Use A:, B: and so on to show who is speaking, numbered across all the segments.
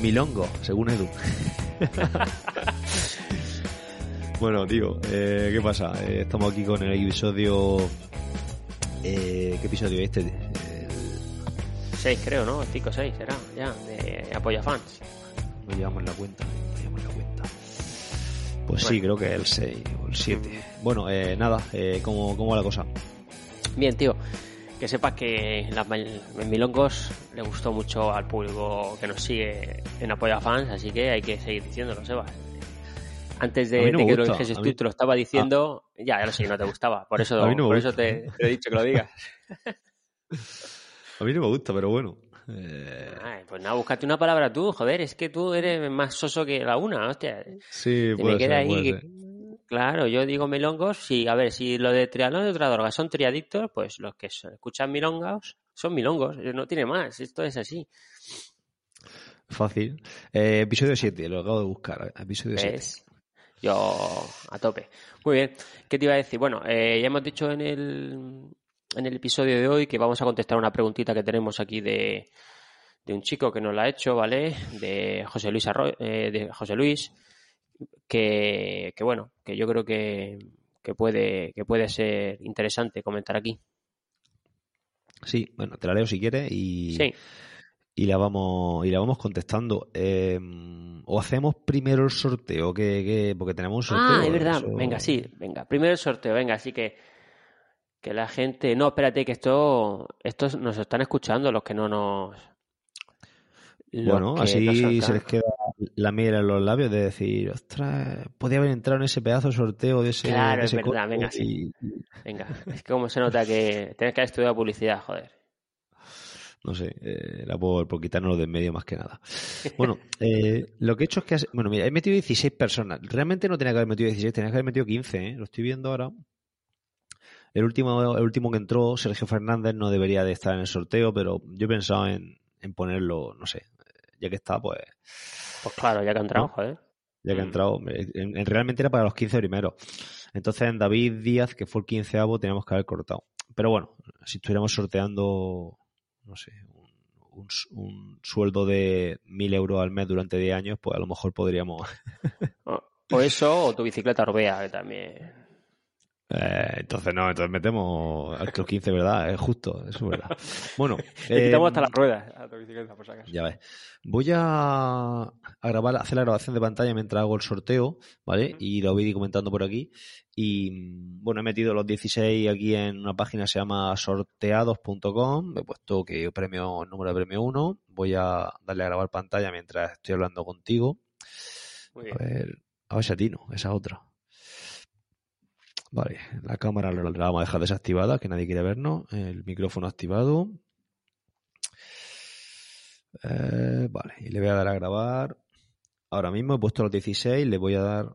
A: milongo, según Edu. Bueno, tío, ¿qué pasa? Estamos aquí con el episodio... ¿qué episodio es este?
B: 6 creo, ¿no? 5 6 será, ya, de Apoya Fans.
A: No llevamos la cuenta. Pues bueno, sí, creo que es el 6 o el 7. Bueno, nada, ¿cómo va la cosa?
B: Bien, tío, que sepas que en Milongos le gustó mucho al público que nos sigue en Apoya Fans, así que hay que seguir diciéndolo, Sebas. Antes de que lo dijeses tú, te lo estaba diciendo, ya lo sé que no te gustaba, por eso te he dicho que lo digas.
A: A mí no me gusta, pero bueno.
B: Ay, pues nada, búscate una palabra tú, joder, es que tú eres más soso que la una, hostia.
A: Sí, puede ser.
B: Claro, yo digo milongos, sí, a ver, si lo de triatlón y otra droga son triadictos, pues los que escuchan milongos son milongos, no tiene más, esto es así.
A: Fácil. Episodio 7, lo acabo de buscar, episodio 7.
B: Yo a tope. Muy bien, ¿qué te iba a decir? Bueno, ya hemos dicho en el episodio de hoy que vamos a contestar una preguntita que tenemos aquí de un chico que nos la ha hecho, ¿vale? De José Luis, que bueno, que yo creo que puede ser interesante comentar aquí.
A: Sí, bueno, te la leo si quieres
B: sí.
A: Y la vamos contestando. ¿O hacemos primero el sorteo? Porque tenemos un sorteo.
B: Ah, es verdad. Eso... Venga. Primero el sorteo, venga. Así que la gente... No, espérate, que estos nos están escuchando, los que no nos...
A: Bueno, así se les queda la miel en los labios de decir, ostras, podía haber entrado en ese pedazo de sorteo de ese...
B: Claro,
A: de ese
B: es verdad, venga, sí. Venga, es que como se nota que tienes que haber estudiado publicidad, joder.
A: No sé, era por quitarnos de en medio más que nada. Bueno, lo que he hecho es que... Bueno, mira, he metido 16 personas. Realmente no tenía que haber metido 16, tenía que haber metido 15, ¿eh? Lo estoy viendo ahora. El último que entró, Sergio Fernández, no debería de estar en el sorteo, pero yo he pensado en ponerlo, no sé, ya que está, pues...
B: Pues claro, ya que ha entrado, ¿no? Joder.
A: Ya que ha entrado, realmente era para los 15 primeros. Entonces en David Díaz, que fue el 15avo, teníamos que haber cortado. Pero bueno, si estuviéramos sorteando, no sé, un sueldo de 1.000 euros al mes durante 10 años, pues a lo mejor podríamos...
B: o eso, o tu bicicleta Orbea, que también...
A: entonces metemos a los 15, ¿verdad? Es justo, eso es verdad. Bueno,
B: le quitamos hasta las ruedas a tu bicicleta, por si acaso.
A: Ya ves. Voy a hacer la grabación de pantalla mientras hago el sorteo, ¿vale? Y lo voy a ir comentando por aquí. Y bueno, he metido los 16 aquí en una página que se llama sorteados.com. He puesto que número de premio 1. Voy a darle a grabar pantalla mientras estoy hablando contigo.
B: Muy bien.
A: A ver si atino, esa otra. Vale, la cámara la vamos a dejar desactivada, que nadie quiere vernos. El micrófono activado. Vale, y le voy a dar a grabar. Ahora mismo he puesto los 16, le voy a dar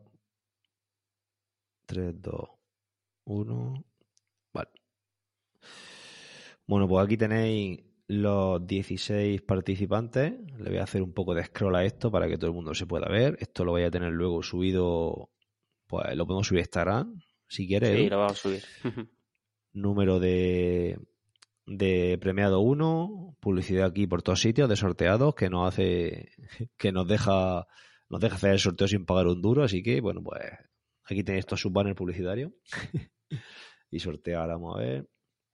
A: 3, 2, 1. Vale. Bueno, pues aquí tenéis los 16 participantes. Le voy a hacer un poco de scroll a esto para que todo el mundo se pueda ver. Esto lo voy a tener luego subido, pues lo podemos subir a Instagram, si quieres.
B: Sí, lo vamos a subir.
A: Número de premiado 1, publicidad aquí por todos sitios, de sorteados, que nos deja hacer el sorteo sin pagar un duro, así que bueno, pues aquí tenéis todos sus banners publicitarios y sortear, vamos a ver.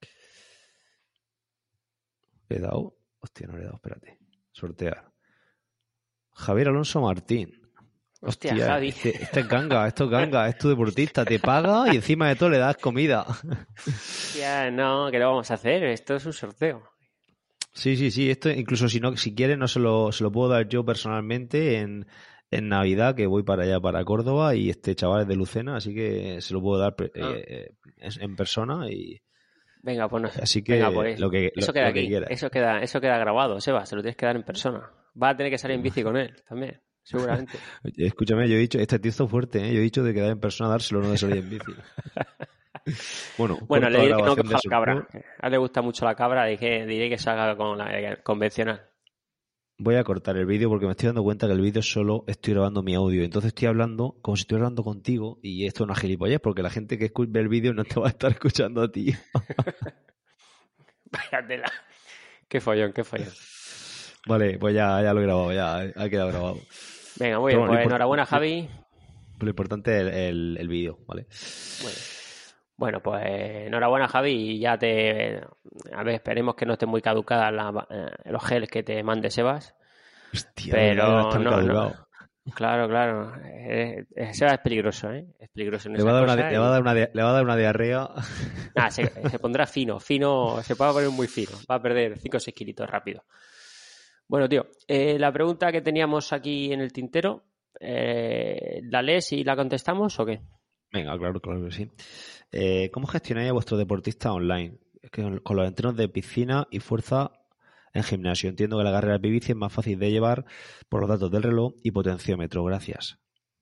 A: ¿Le he dado? Hostia, no le he dado, espérate. Sortear. Javier Alonso Martín.
B: Hostia, Javi.
A: Este es ganga, es tu deportista, te paga y encima de todo le das comida.
B: Ya, no, ¿qué lo vamos a hacer? Esto es un sorteo.
A: Sí, esto incluso si quieres no se lo puedo dar yo personalmente en Navidad, que voy para allá, para Córdoba, y este chaval es de Lucena, así que se lo puedo dar en persona y...
B: Venga, pues no.
A: Así que
B: pues,
A: lo que quieras.
B: Eso queda grabado, Seba, se lo tienes que dar en persona. Va a tener que salir en bici con él también, seguramente.
A: Escúchame, yo he dicho, este tío está fuerte, ¿eh? Yo he dicho de quedar en persona, dárselo, no de salir en bici. Bueno,
B: le diré que no coja la cabra. A él le gusta mucho la cabra, diré que se haga con la convencional.
A: Voy a cortar el vídeo porque me estoy dando cuenta que el vídeo solo estoy grabando mi audio. Entonces estoy hablando como si estuviera hablando contigo y esto es una gilipollez porque la gente que ve el vídeo no te va a estar escuchando a ti.
B: Vaya tela. Qué follón.
A: Vale, pues ya lo he grabado, ya ha quedado grabado.
B: Venga, muy bien, pues enhorabuena, Javi.
A: Lo importante es el vídeo, ¿vale?
B: Bueno, pues enhorabuena, Javi, y ya a ver, esperemos que no estén muy caducadas los gels que te mande Sebas.
A: Hostia,
B: pero no. Claro. Sebas es peligroso, ¿eh? Es peligroso en
A: le va a dar una diarrea.
B: Se pondrá fino, se va a poner muy fino. Va a perder 5 o 6 kilitos rápido. Bueno, tío, la pregunta que teníamos aquí en el tintero, ¿la lees y la contestamos o qué?
A: Venga, claro que sí. ¿Cómo gestionáis a vuestros deportistas online? Es que con los entrenos de piscina y fuerza en gimnasio. Entiendo que la carrera de bici es más fácil de llevar por los datos del reloj y potenciómetro. Gracias.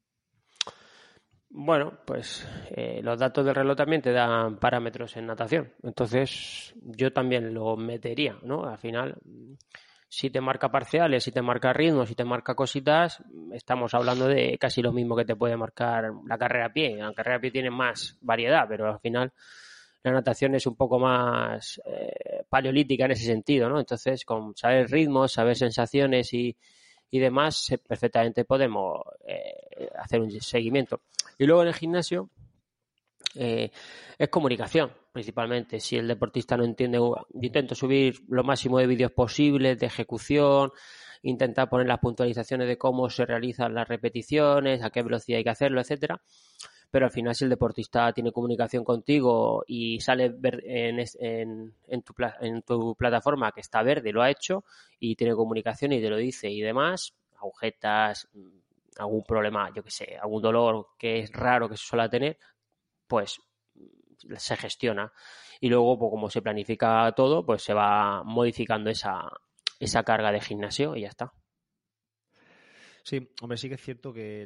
B: Bueno, pues los datos del reloj también te dan parámetros en natación. Entonces, yo también lo metería, ¿no? Al final, si te marca parciales, si te marca ritmos, si te marca cositas, estamos hablando de casi lo mismo que te puede marcar la carrera a pie. La carrera a pie tiene más variedad, pero al final la natación es un poco más paleolítica en ese sentido, ¿no? Entonces, con saber ritmos, saber sensaciones y demás, perfectamente podemos hacer un seguimiento. Y luego en el gimnasio es comunicación, principalmente. Si el deportista no entiende, yo intento subir lo máximo de vídeos posibles de ejecución, intentar poner las puntualizaciones de cómo se realizan las repeticiones, a qué velocidad hay que hacerlo, etcétera. Pero al final, si el deportista tiene comunicación contigo y sale en tu plataforma que está verde, lo ha hecho, y tiene comunicación y te lo dice y demás, agujetas, algún problema, yo qué sé, algún dolor que es raro que se suele tener, pues se gestiona. Y luego, pues como se planifica todo, pues se va modificando esa carga de gimnasio y ya está.
A: Sí, hombre, sí que es cierto que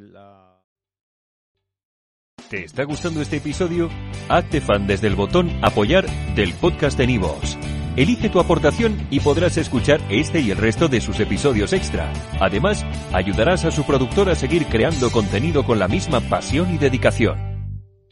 C: ¿Te está gustando este episodio? Hazte fan desde el botón Apoyar del podcast de Nivos. Elige tu aportación y podrás escuchar este y el resto de sus episodios extra. Además, ayudarás a su productor a seguir creando contenido con la misma pasión y dedicación.